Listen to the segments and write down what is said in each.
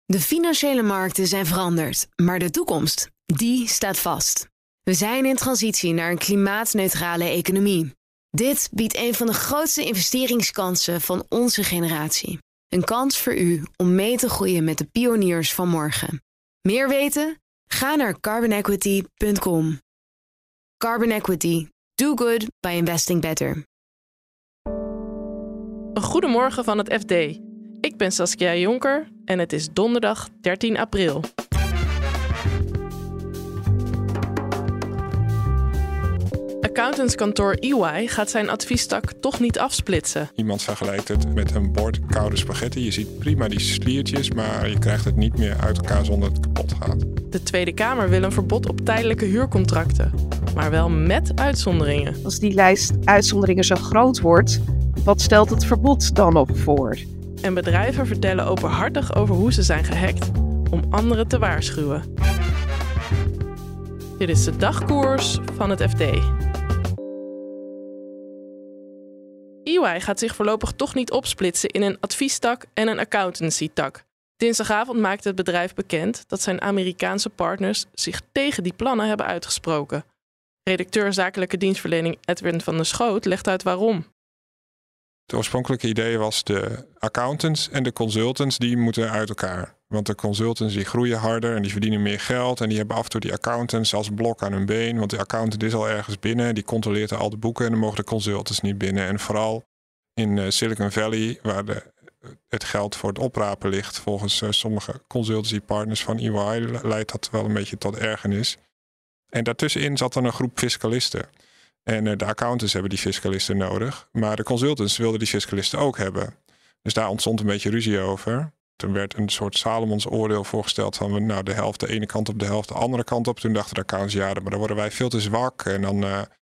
De financiële markten zijn veranderd, maar de toekomst, die staat vast. We zijn in transitie naar een klimaatneutrale economie. Dit biedt een van de grootste investeringskansen van onze generatie. Een kans voor u om mee te groeien met de pioniers van morgen. Meer weten? Ga naar carbonequity.com. Carbon Equity. Do good by investing better. Een goedemorgen van het FD. Ik ben Saskia Jonker en het is donderdag 13 april. Accountantskantoor EY gaat zijn adviestak toch niet afsplitsen. Iemand vergelijkt het met een bord koude spaghetti. Je ziet prima die sliertjes, maar je krijgt het niet meer uit elkaar zonder dat het kapot gaat. De Tweede Kamer wil een verbod op tijdelijke huurcontracten, maar wel met uitzonderingen. Als die lijst uitzonderingen zo groot wordt, wat stelt het verbod dan nog voor? En bedrijven vertellen openhartig over hoe ze zijn gehackt om anderen te waarschuwen. Dit is de dagkoers van het FD. EY gaat zich voorlopig toch niet opsplitsen in een adviestak en een accountancy-tak. Dinsdagavond maakte het bedrijf bekend dat zijn Amerikaanse partners zich tegen die plannen hebben uitgesproken. Redacteur zakelijke dienstverlening Edwin van der Schoot legt uit waarom. Het oorspronkelijke idee was de accountants en de consultants die moeten uit elkaar. Want de consultants die groeien harder en die verdienen meer geld. En die hebben af en toe die accountants als blok aan hun been. Want de accountant is al ergens binnen. Die controleert al de boeken en dan mogen de consultants niet binnen. En vooral in Silicon Valley, waar het geld voor het oprapen ligt. Volgens sommige consultancy partners van EY leidt dat wel een beetje tot ergernis. En daartussenin zat dan een groep fiscalisten. En de accountants hebben die fiscalisten nodig. Maar de consultants wilden die fiscalisten ook hebben. Dus daar ontstond een beetje ruzie over. Toen werd een soort Salomons oordeel voorgesteld van de helft de ene kant op, de helft de andere kant op. Toen dachten de accountants, ja, maar dan worden wij veel te zwak. En dan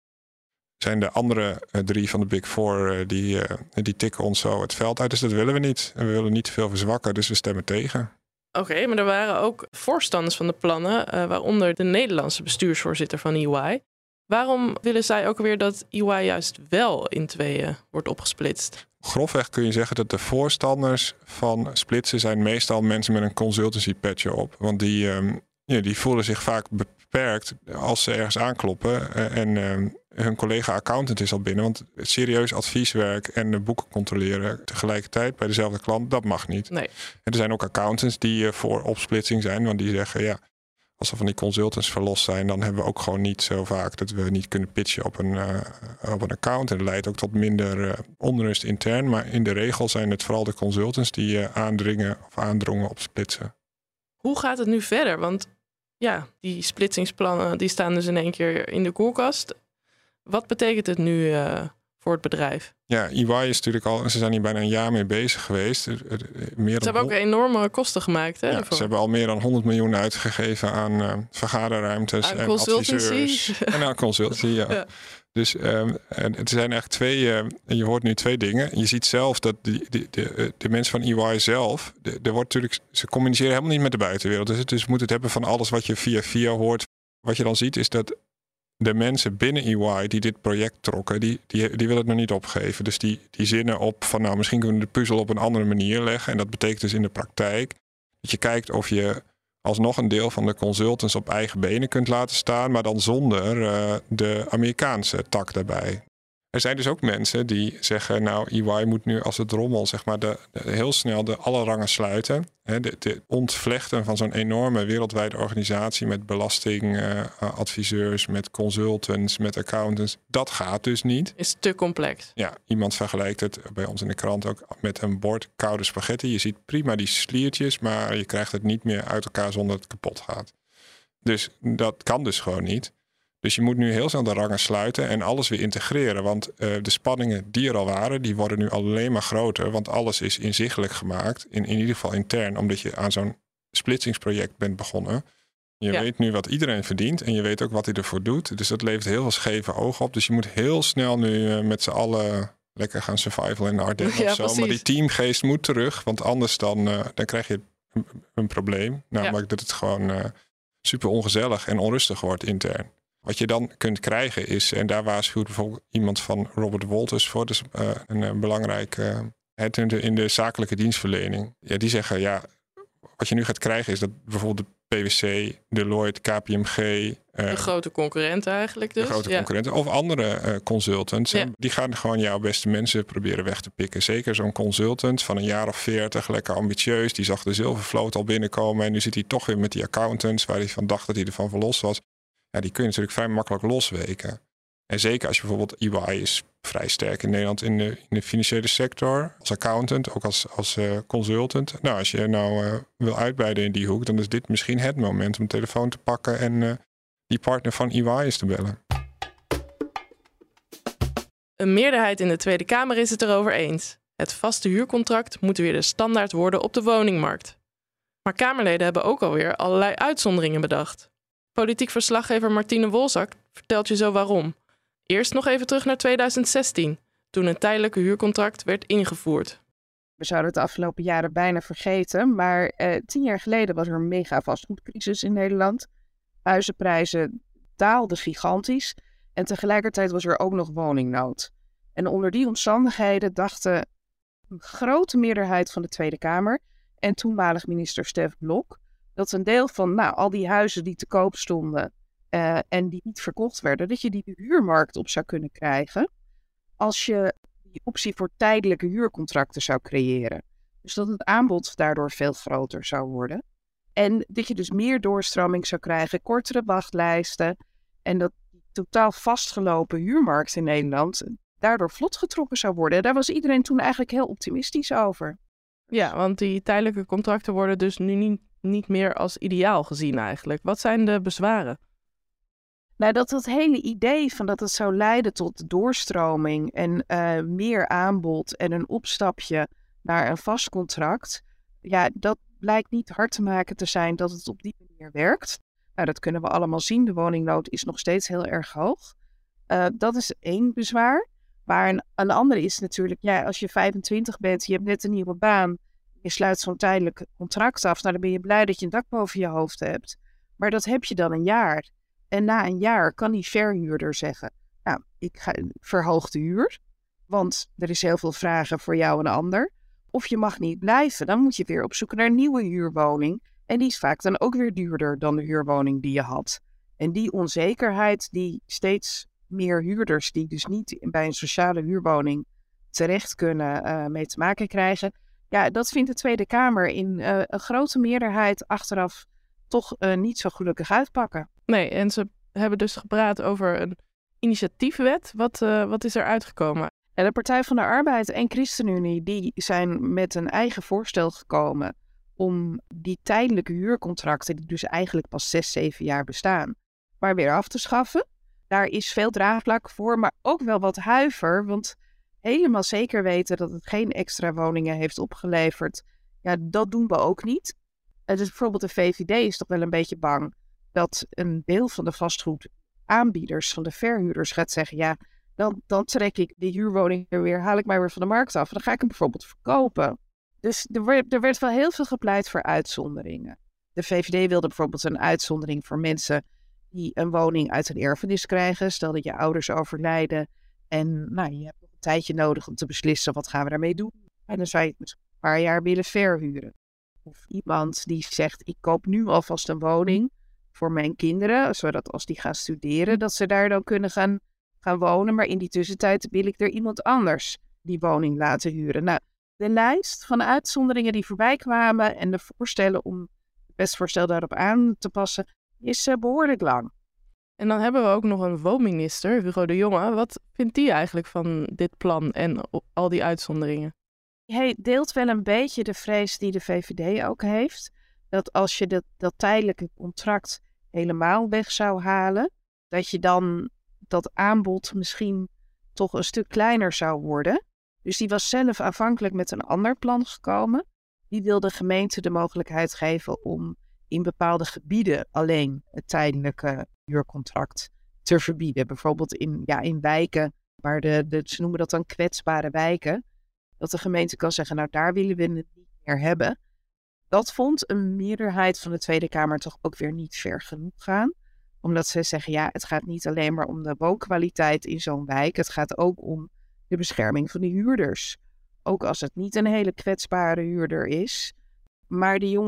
zijn de andere 3 van de Big Four, die tikken ons zo het veld uit. Dus dat willen we niet. En we willen niet te veel verzwakken, dus we stemmen tegen. Oké, maar er waren ook voorstanders van de plannen, waaronder de Nederlandse bestuursvoorzitter van EY. Waarom willen zij ook weer dat EY juist wel in tweeën wordt opgesplitst? Grofweg kun je zeggen dat de voorstanders van splitsen zijn meestal mensen met een consultancy patchje op. Want die voelen zich vaak beperkt als ze ergens aankloppen en hun collega accountant is al binnen. Want serieus advieswerk en de boeken controleren tegelijkertijd bij dezelfde klant, dat mag niet. Nee. En er zijn ook accountants die voor opsplitsing zijn, want die zeggen ja, als er van die consultants verlost zijn, dan hebben we ook gewoon niet zo vaak dat we niet kunnen pitchen op een account. En dat leidt ook tot minder onrust intern. Maar in de regel zijn het vooral de consultants die aandrongen op splitsen. Hoe gaat het nu verder? Want ja, die splitsingsplannen die staan dus in één keer in de koelkast. Wat betekent het nu voor het bedrijf? Ja, EY is natuurlijk ze zijn hier bijna een jaar mee bezig geweest. Ze hebben ook enorme kosten gemaakt. Hè, ja, ze hebben al meer dan 100 miljoen uitgegeven aan vergaderruimtes en adviseurs. En aan consultancy, ja. Ja. Dus het zijn eigenlijk je hoort nu 2 dingen. Je ziet zelf dat de mensen van EY zelf, ze communiceren helemaal niet met de buitenwereld. Dus je moet het hebben van alles wat je via hoort. Wat je dan ziet is dat de mensen binnen EY die dit project trokken, die willen het nog niet opgeven. Dus die zinnen op van misschien kunnen we de puzzel op een andere manier leggen. En dat betekent dus in de praktijk dat je kijkt of je alsnog een deel van de consultants op eigen benen kunt laten staan, maar dan zonder de Amerikaanse tak daarbij. Er zijn dus ook mensen die zeggen, EY moet nu als het rommel, zeg maar, heel snel de alle rangen sluiten. De ontvlechten van zo'n enorme wereldwijde organisatie met belastingadviseurs, met consultants, met accountants, dat gaat dus niet. Is te complex. Ja, iemand vergelijkt het bij ons in de krant ook met een bord koude spaghetti. Je ziet prima die sliertjes, maar je krijgt het niet meer uit elkaar zonder dat het kapot gaat. Dus dat kan dus gewoon niet. Dus je moet nu heel snel de rangen sluiten en alles weer integreren. Want de spanningen die er al waren, die worden nu alleen maar groter. Want alles is inzichtelijk gemaakt, in ieder geval intern, omdat je aan zo'n splitsingsproject bent begonnen. Je weet nu wat iedereen verdient en je weet ook wat hij ervoor doet. Dus dat levert heel veel scheve ogen op. Dus je moet heel snel nu met z'n allen lekker gaan survival in de Ardennen of zo. Precies. Maar die teamgeest moet terug, want anders dan krijg je een probleem. Namelijk dat het gewoon super ongezellig en onrustig wordt intern. Wat je dan kunt krijgen is, en daar waarschuwt bijvoorbeeld iemand van Robert Walters voor, dus een belangrijk headhunter in de zakelijke dienstverlening. Ja, die zeggen, wat je nu gaat krijgen is dat bijvoorbeeld de PwC, Deloitte, KPMG... de grote concurrenten eigenlijk dus. De grote concurrenten of andere consultants. Ja. Die gaan gewoon jouw beste mensen proberen weg te pikken. Zeker zo'n consultant van een jaar of 40, lekker ambitieus. Die zag de zilvervloot al binnenkomen. En nu zit hij toch weer met die accountants waar hij van dacht dat hij ervan verlost was. Ja, die kun je natuurlijk vrij makkelijk losweken. En zeker als je bijvoorbeeld EY is vrij sterk in Nederland in de financiële sector. Als accountant, ook als consultant. Nou, als je wil uitbreiden in die hoek, dan is dit misschien het moment om de telefoon te pakken en die partner van EY is te bellen. Een meerderheid in de Tweede Kamer is het erover eens. Het vaste huurcontract moet weer de standaard worden op de woningmarkt. Maar Kamerleden hebben ook alweer allerlei uitzonderingen bedacht. Politiek verslaggever Martine Wolzak vertelt je zo waarom. Eerst nog even terug naar 2016, toen een tijdelijke huurcontract werd ingevoerd. We zouden het de afgelopen jaren bijna vergeten, maar 10 jaar geleden was er een mega vastgoedcrisis in Nederland. Huizenprijzen daalden gigantisch en tegelijkertijd was er ook nog woningnood. En onder die omstandigheden dachten een grote meerderheid van de Tweede Kamer en toenmalig minister Stef Blok dat een deel van al die huizen die te koop stonden en die niet verkocht werden, dat je die de huurmarkt op zou kunnen krijgen als je die optie voor tijdelijke huurcontracten zou creëren. Dus dat het aanbod daardoor veel groter zou worden. En dat je dus meer doorstroming zou krijgen, kortere wachtlijsten en dat die totaal vastgelopen huurmarkt in Nederland daardoor vlot getrokken zou worden. Daar was iedereen toen eigenlijk heel optimistisch over. Ja, want die tijdelijke contracten worden dus nu niet meer als ideaal gezien eigenlijk. Wat zijn de bezwaren? Nou, dat hele idee van dat het zou leiden tot doorstroming en meer aanbod en een opstapje naar een vast contract, ja, dat blijkt niet hard te maken te zijn dat het op die manier werkt. Nou, dat kunnen we allemaal zien. De woningnood is nog steeds heel erg hoog. Dat is één bezwaar. Maar een andere is natuurlijk, als je 25 bent, je hebt net een nieuwe baan, je sluit zo'n tijdelijk contract af, nou dan ben je blij dat je een dak boven je hoofd hebt. Maar dat heb je dan een jaar. En na een jaar kan die verhuurder zeggen, nou, ik verhoog de huur, want er is heel veel vragen voor jou en een ander. Of je mag niet blijven, dan moet je weer op zoek naar een nieuwe huurwoning. En die is vaak dan ook weer duurder dan de huurwoning die je had. En die onzekerheid, die steeds meer huurders die dus niet bij een sociale huurwoning terecht kunnen mee te maken krijgen. Ja, dat vindt de Tweede Kamer in een grote meerderheid achteraf toch niet zo gelukkig uitpakken. Nee, en ze hebben dus gepraat over een initiatiefwet. Wat is er uitgekomen? En de Partij van de Arbeid en ChristenUnie die zijn met een eigen voorstel gekomen om die tijdelijke huurcontracten, die dus eigenlijk pas 6-7 jaar bestaan, maar weer af te schaffen. Daar is veel draagvlak voor, maar ook wel wat huiver, want helemaal zeker weten dat het geen extra woningen heeft opgeleverd, ja, dat doen we ook niet. Dus bijvoorbeeld de VVD is toch wel een beetje bang dat een deel van de vastgoedaanbieders, van de verhuurders gaat zeggen, ja, dan trek ik die huurwoning weer, haal ik mij weer van de markt af en dan ga ik hem bijvoorbeeld verkopen. Dus er werd wel heel veel gepleit voor uitzonderingen. De VVD wilde bijvoorbeeld een uitzondering voor mensen die een woning uit een erfenis krijgen. Stel dat je ouders overlijden en je hebt nog een tijdje nodig om te beslissen wat gaan we daarmee doen. En dan zou je het misschien een paar jaar willen verhuren. Of iemand die zegt, ik koop nu alvast een woning voor mijn kinderen, zodat als die gaan studeren, dat ze daar dan kunnen gaan wonen. Maar in die tussentijd wil ik er iemand anders die woning laten huren. Nou, de lijst van uitzonderingen die voorbij kwamen en de voorstellen om het wetsvoorstel daarop aan te passen, is behoorlijk lang. En dan hebben we ook nog een woonminister, Hugo de Jonge. Wat vindt die eigenlijk van dit plan en al die uitzonderingen? Hij deelt wel een beetje de vrees die de VVD ook heeft. Dat als je dat tijdelijke contract helemaal weg zou halen, dat je dan dat aanbod misschien toch een stuk kleiner zou worden. Dus die was zelf aanvankelijk met een ander plan gekomen. Die wilde gemeenten de mogelijkheid geven om in bepaalde gebieden alleen het tijdelijke huurcontract te verbieden. Bijvoorbeeld in wijken, waar ze noemen dat dan kwetsbare wijken. Dat de gemeente kan zeggen, nou daar willen we het niet meer hebben. Dat vond een meerderheid van de Tweede Kamer toch ook weer niet ver genoeg gaan. Omdat ze zeggen, ja, het gaat niet alleen maar om de woonkwaliteit in zo'n wijk. Het gaat ook om de bescherming van de huurders. Ook als het niet een hele kwetsbare huurder is. Maar de jongen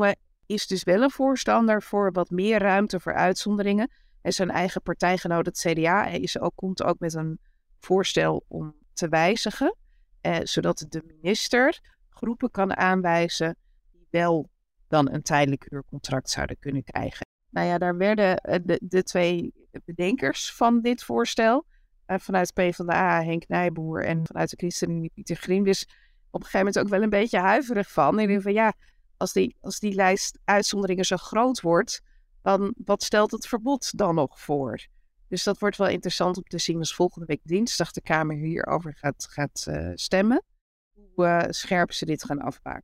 is dus wel een voorstander voor wat meer ruimte voor uitzonderingen. En zijn eigen partijgenoot, het CDA, komt ook met een voorstel om te wijzigen. Zodat de minister groepen kan aanwijzen die wel dan een tijdelijk huurcontract zouden kunnen krijgen. Nou ja, daar werden de twee bedenkers van dit voorstel, vanuit PvdA Henk Nijboer en vanuit de ChristenUnie Pieter Grienwis, op een gegeven moment ook wel een beetje huiverig van. En van ja, als die lijst uitzonderingen zo groot wordt, dan wat stelt het verbod dan nog voor? Dus dat wordt wel interessant om te zien als volgende week dinsdag de Kamer hierover gaat stemmen. Hoe scherp ze dit gaan afmaken.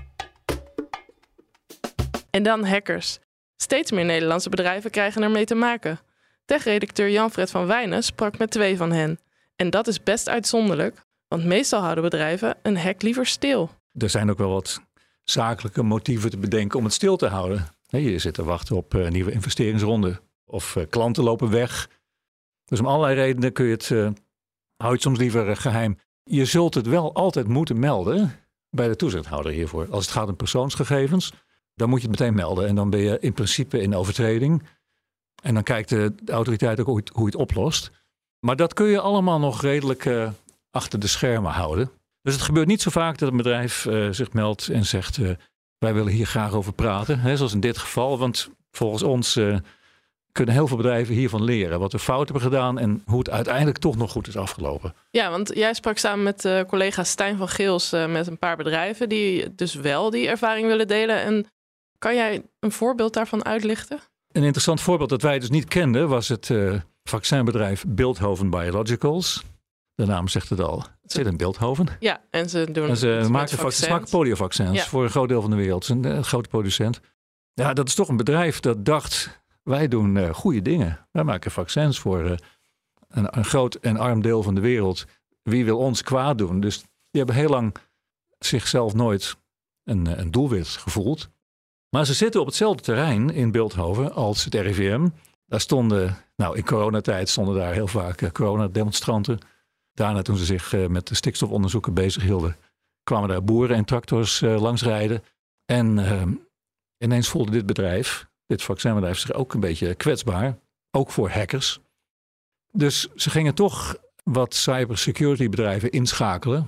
En dan hackers. Steeds meer Nederlandse bedrijven krijgen ermee te maken. Tech-redacteur Jan-Fred van Wijnen sprak met 2 van hen. En dat is best uitzonderlijk, want meestal houden bedrijven een hack liever stil. Er zijn ook wel wat zakelijke motieven te bedenken om het stil te houden. Je zit te wachten op nieuwe investeringsronden of klanten lopen weg. Dus om allerlei redenen hou je het soms liever geheim. Je zult het wel altijd moeten melden bij de toezichthouder hiervoor. Als het gaat om persoonsgegevens, dan moet je het meteen melden. En dan ben je in principe in overtreding. En dan kijkt de autoriteit ook hoe je het oplost. Maar dat kun je allemaal nog redelijk achter de schermen houden. Dus het gebeurt niet zo vaak dat een bedrijf zich meldt en zegt, wij willen hier graag over praten. Hè, zoals in dit geval, want volgens ons kunnen heel veel bedrijven hiervan leren. Wat we fout hebben gedaan en hoe het uiteindelijk toch nog goed is afgelopen. Ja, want jij sprak samen met collega Stijn van Geels met een paar bedrijven die dus wel die ervaring willen delen. En kan jij een voorbeeld daarvan uitlichten? Een interessant voorbeeld dat wij dus niet kenden was het vaccinbedrijf Bilthoven Biologicals. De naam zegt het al. Het zit in Bilthoven. Ja, en ze maken poliovaccins voor een groot deel van de wereld. Het is een grote producent. Ja, dat is toch een bedrijf dat dacht, wij doen goede dingen. Wij maken vaccins voor een groot en arm deel van de wereld. Wie wil ons kwaad doen? Dus die hebben heel lang zichzelf nooit een doelwit gevoeld. Maar ze zitten op hetzelfde terrein in Bilthoven als het RIVM. Daar in coronatijd stonden daar heel vaak coronademonstranten. Daarna, toen ze zich met de stikstofonderzoeken bezig hielden, kwamen daar boeren en tractors langsrijden. En ineens voelde dit vaccinbedrijf, zich ook een beetje kwetsbaar. Ook voor hackers. Dus ze gingen toch wat cybersecurity bedrijven inschakelen.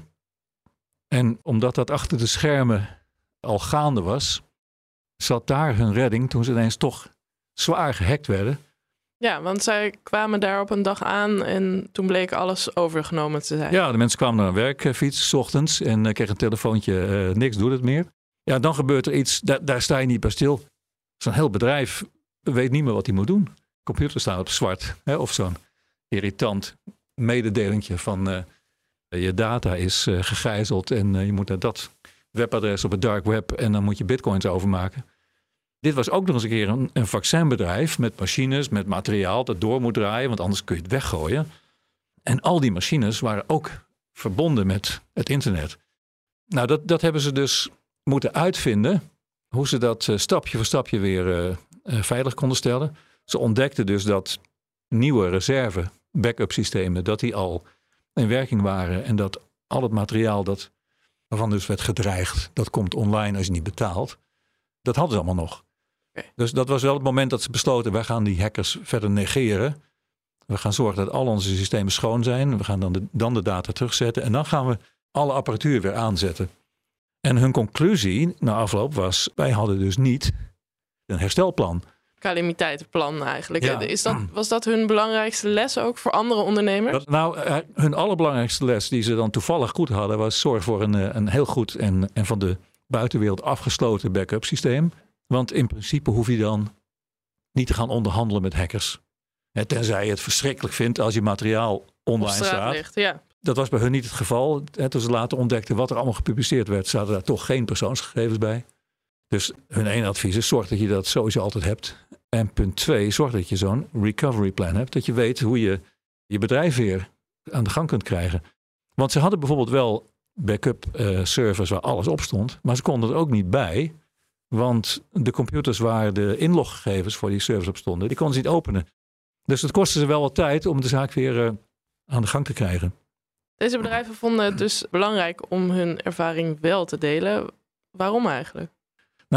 En omdat dat achter de schermen al gaande was, zat daar hun redding toen ze ineens toch zwaar gehackt werden. Ja, want zij kwamen daar op een dag aan en toen bleek alles overgenomen te zijn. Ja, de mensen kwamen naar een werkfiets 's ochtends en kregen een telefoontje, niks doet het meer. Ja, dan gebeurt er iets, daar sta je niet bij stil. Zo'n heel bedrijf weet niet meer wat hij moet doen. Computer staan op zwart, hè, of zo'n irritant mededelingje van je data is gegijzeld en je moet naar dat webadres op het dark web en dan moet je bitcoins overmaken. Dit was ook nog eens een keer een vaccinbedrijf met machines, met materiaal dat door moet draaien, want anders kun je het weggooien. En al die machines waren ook verbonden met het internet. Nou, dat hebben ze dus moeten uitvinden, hoe ze dat stapje voor stapje weer veilig konden stellen. Ze ontdekten dus dat nieuwe reserve backup systemen, dat die al in werking waren en dat al het materiaal waarvan dus werd gedreigd, dat komt online als je niet betaalt. Dat hadden ze allemaal nog. Okay. Dus dat was wel het moment dat ze besloten, wij gaan die hackers verder negeren. We gaan zorgen dat al onze systemen schoon zijn. We gaan dan de data terugzetten. En dan gaan we alle apparatuur weer aanzetten. En hun conclusie na afloop was, wij hadden dus niet een herstelplan. Calamiteitenplan eigenlijk. Ja. Was dat hun belangrijkste les ook voor andere ondernemers? Hun allerbelangrijkste les die ze dan toevallig goed hadden, was zorg voor een heel goed en van de buitenwereld afgesloten backup systeem. Want in principe hoef je dan niet te gaan onderhandelen met hackers. Tenzij je het verschrikkelijk vindt als je materiaal online staat. Ligt, ja. Dat was bij hun niet het geval. Toen ze later ontdekten wat er allemaal gepubliceerd werd, zaten daar toch geen persoonsgegevens bij. Dus hun ene advies is, zorg dat je dat sowieso altijd hebt. En punt 2, zorg dat je zo'n recovery plan hebt. Dat je weet hoe je je bedrijf weer aan de gang kunt krijgen. Want ze hadden bijvoorbeeld wel backup servers waar alles op stond. Maar ze konden er ook niet bij. Want de computers waar de inloggegevens voor die servers op stonden, die konden ze niet openen. Dus het kostte ze wel wat tijd om de zaak weer aan de gang te krijgen. Deze bedrijven vonden het dus belangrijk om hun ervaring wel te delen. Waarom eigenlijk? Nou,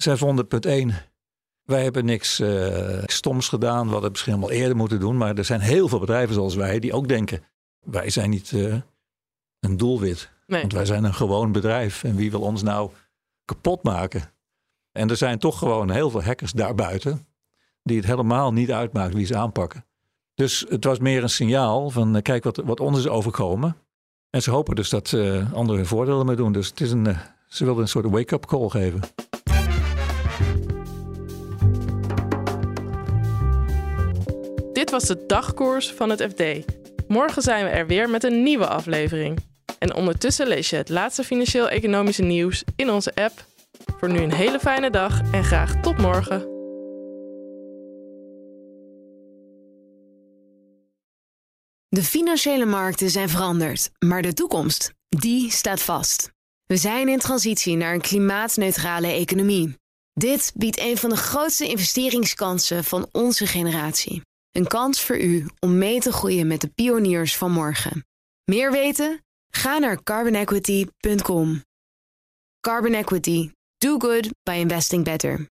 Zij vonden punt 1, wij hebben niks stoms gedaan. We hadden misschien al eerder moeten doen. Maar er zijn heel veel bedrijven zoals wij die ook denken, wij zijn niet een doelwit. Nee. Want wij zijn een gewoon bedrijf. En wie wil ons nou kapot maken? En er zijn toch gewoon heel veel hackers daarbuiten die het helemaal niet uitmaakt wie ze aanpakken. Dus het was meer een signaal van kijk wat ons is overkomen. En ze hopen dus dat anderen hun voordeel ermee doen. Dus het is ze wilden een soort wake-up call geven. Dit was de dagkoers van het FD. Morgen zijn we er weer met een nieuwe aflevering. En ondertussen lees je het laatste financieel-economische nieuws in onze app. Voor nu een hele fijne dag en graag tot morgen. De financiële markten zijn veranderd, maar de toekomst, die staat vast. We zijn in transitie naar een klimaatneutrale economie. Dit biedt een van de grootste investeringskansen van onze generatie. Een kans voor u om mee te groeien met de pioniers van morgen. Meer weten? Ga naar carbonequity.com. Carbon Equity. Do good by investing better.